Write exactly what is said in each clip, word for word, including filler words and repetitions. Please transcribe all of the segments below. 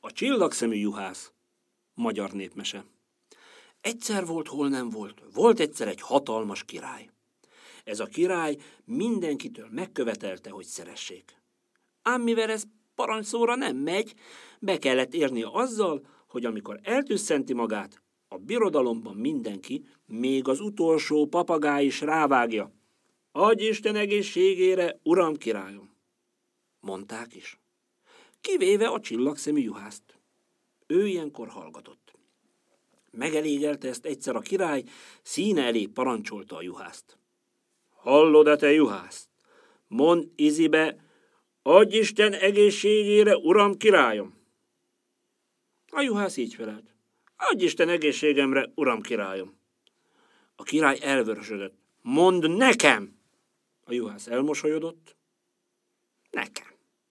A csillagszemű juhász. Magyar népmese. Egyszer volt, hol nem volt. Volt egyszer egy hatalmas király. Ez a király mindenkitől megkövetelte, hogy szeressék. Ám mivel ez parancsszóra nem megy, be kellett érnie azzal, hogy amikor eltüsszenti magát, a birodalomban mindenki, még az utolsó papagáj is rávágja. Adj Isten egészségére, uram királyom! Mondták is. Kivéve a csillagszemű juhászt. Ő ilyenkor hallgatott. Megelégelte ezt egyszer a király, színe elé parancsolta a juhászt. Hallod-e te juhász? Mondd izibe, adj Isten egészségére, uram királyom! A juhász így felelt. Adj Isten egészségemre, uram királyom! A király elvörösödött. Mondd nekem! A juhász elmosolyodott. Nekem.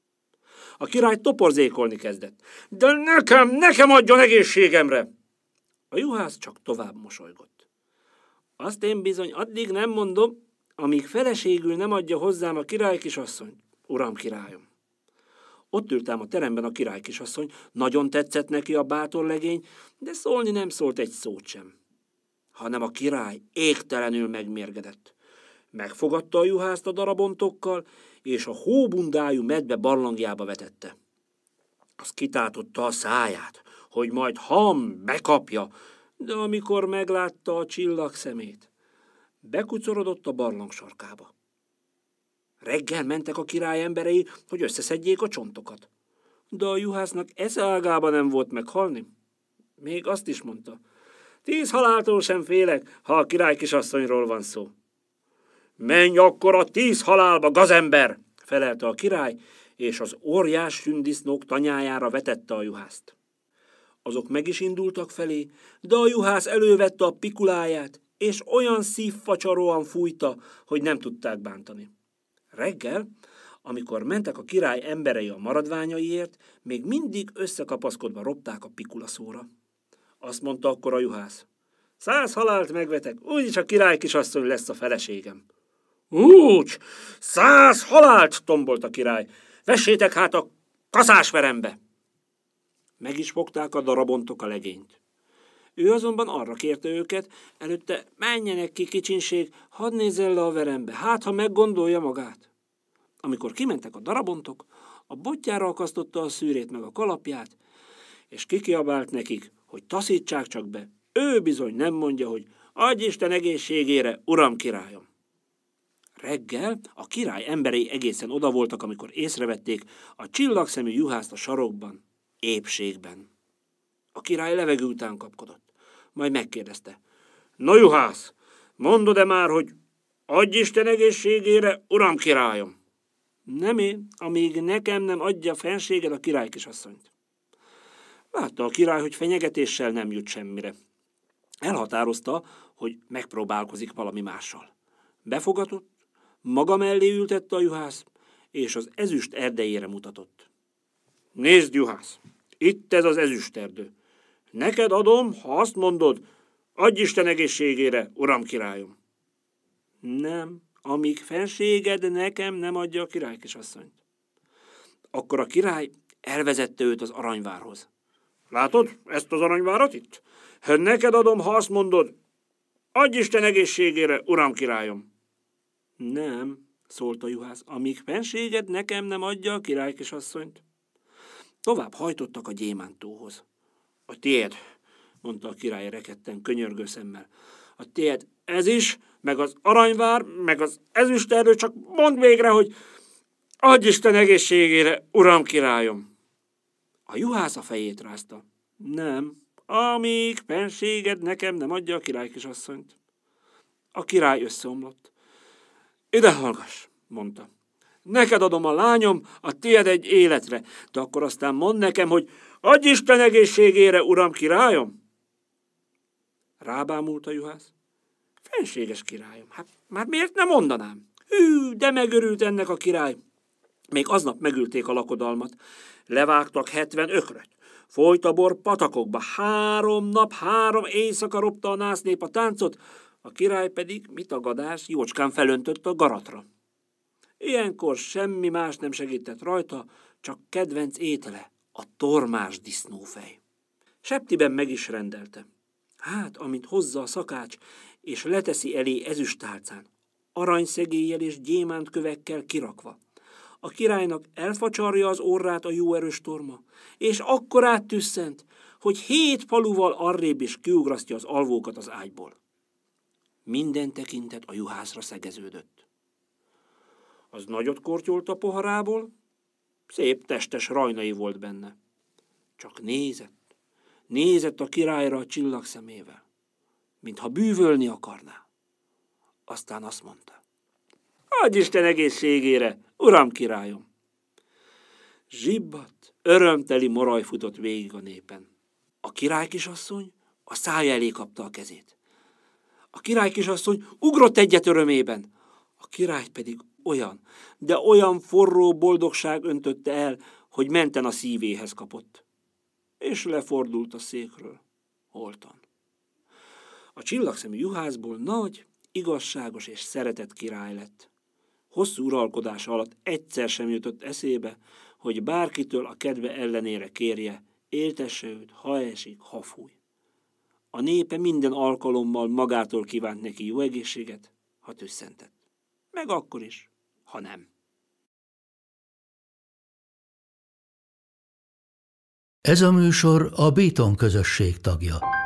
A király toporzékolni kezdett. De nekem, nekem adjon egészségemre! A juhász csak tovább mosolygott. Azt én bizony addig nem mondom, amíg feleségül nem adja hozzám a király kisasszony, uram királyom. Ott ült ám a teremben a király kisasszony, nagyon tetszett neki a bátor legény, de szólni nem szólt egy szót sem. Hanem a király égtelenül megmérgedett. Megfogadta a juhászt a darabontokkal, és a hóbundájú medve barlangjába vetette. Az kitátotta a száját, hogy majd ham bekapja, de amikor meglátta a csillag szemét, bekucorodott a barlang sarkába. Reggel mentek a király emberei, hogy összeszedjék a csontokat. De a juhásznak esze ágába nem volt meghalni. Még azt is mondta, tíz haláltól sem félek, ha a király kisasszonyról van szó. Menj akkor a tíz halálba, gazember! Felelte a király, és az óriás sündisznók tanyájára vetette a juhászt. Azok meg is indultak felé, de a juhász elővette a pikuláját, és olyan szívfacsaróan fújta, hogy nem tudták bántani. Reggel, amikor mentek a király emberei a maradványaiért, még mindig összekapaszkodva ropták a pikulaszóra. Azt mondta akkor a juhász, száz halált megvetek, úgyis a király kisasszony lesz a feleségem. Úgy, száz halált, tombolt a király, vessétek hát a kaszásverembe. Meg is fogták a darabontok a legényt. Ő azonban arra kérte őket, előtte menjenek ki, kicsinség, hadd nézzen le a verembe, hát ha meggondolja magát. Amikor kimentek a darabontok, a botjára akasztotta a szűrét meg a kalapját, és kikiabált nekik, hogy taszítsák csak be. Ő bizony nem mondja, hogy adj Isten egészségére, uram királyom. Reggel a király emberei egészen oda voltak, amikor észrevették a csillagszemű juhászt a sarokban, épségben. A király levegő után kapkodott, majd megkérdezte. No juhász, mondod-e már, hogy adj Isten egészségére, uram királyom? Nem én, amíg nekem nem adja fenséged a király kisasszonyt. Látta a király, hogy fenyegetéssel nem jut semmire. Elhatározta, hogy megpróbálkozik valami mással. Befogatott, maga mellé ültette a juhász, és az ezüst erdejére mutatott. Nézd, juhász, itt ez az ezüsterdő. Neked adom, ha azt mondod, adj Isten egészségére, uram királyom. Nem, amíg fenséged nekem nem adja a király kisasszonyt. Akkor a király elvezette őt az aranyvárhoz. Látod ezt az aranyvárat itt? Neked adom, ha azt mondod, adj Isten egészségére, uram királyom. Nem, szólt a juhász, amíg fenséged nekem nem adja a király kisasszonyt. Tovább hajtottak a gyémántóhoz. A tiéd, mondta a király rekedten, könyörgő szemmel. A tiéd ez is, meg az aranyvár, meg az ezüsterdő, csak mondd végre, hogy adj Isten egészségére, uram királyom. A juhász a fejét rázta. Nem, amíg fenséged nekem nem adja a király kisasszonyt. A király összeomlott. Ide hallgass, mondta. Neked adom a lányom, a tiéd egy életre, de akkor aztán mondd nekem, hogy adj Isten egészségére, uram királyom. Rábámult a juhász. Fenséges királyom, hát már miért nem mondanám? Hű, de megörült ennek a király. Még aznap megülték a lakodalmat. Levágtak hetven ökröt. Folyt a bor patakokba. Három nap, három éjszaka ropta a násznép a táncot, a király pedig, mit a gadás, jócskán felöntött a garatra. Ilyenkor semmi más nem segített rajta, csak kedvenc étele, a tormás disznófej. Septiben meg is rendelte. Hát, amint hozza a szakács, és leteszi elé ezüsttálcán, aranyszegéllyel és gyémántkövekkel kirakva. A királynak elfacsarja az orrát a jó erős torma, és akkor áttüsszent, hogy hét faluval arrébb is kiugrasztja az alvókat az ágyból. Minden tekintet a juhászra szegeződött. Az nagyot kortyolt a poharából, szép testes rajnai volt benne. Csak nézett, nézett a királyra a csillagszemével, mintha bűvölni akarná. Aztán azt mondta: adj Isten egészségére, uram királyom! Zsibbadt, örömteli moraj futott végig a népen. A királykisasszony a szája elé kapta a kezét. A királykisasszony ugrott egyet örömében, a király pedig olyan, de olyan forró boldogság öntötte el, hogy menten a szívéhez kapott, és lefordult a székről, holtan. A csillagszemű juhászból nagy, igazságos és szeretett király lett. Hosszú uralkodása alatt egyszer sem jutott eszébe, hogy bárkitől a kedve ellenére kérje, éltesse őt, ha esik, ha fúj. A népe minden alkalommal magától kívánt neki jó egészséget, ha tüsszentett. Meg akkor is, ha nem. Ez a műsor a Béton közösség tagja.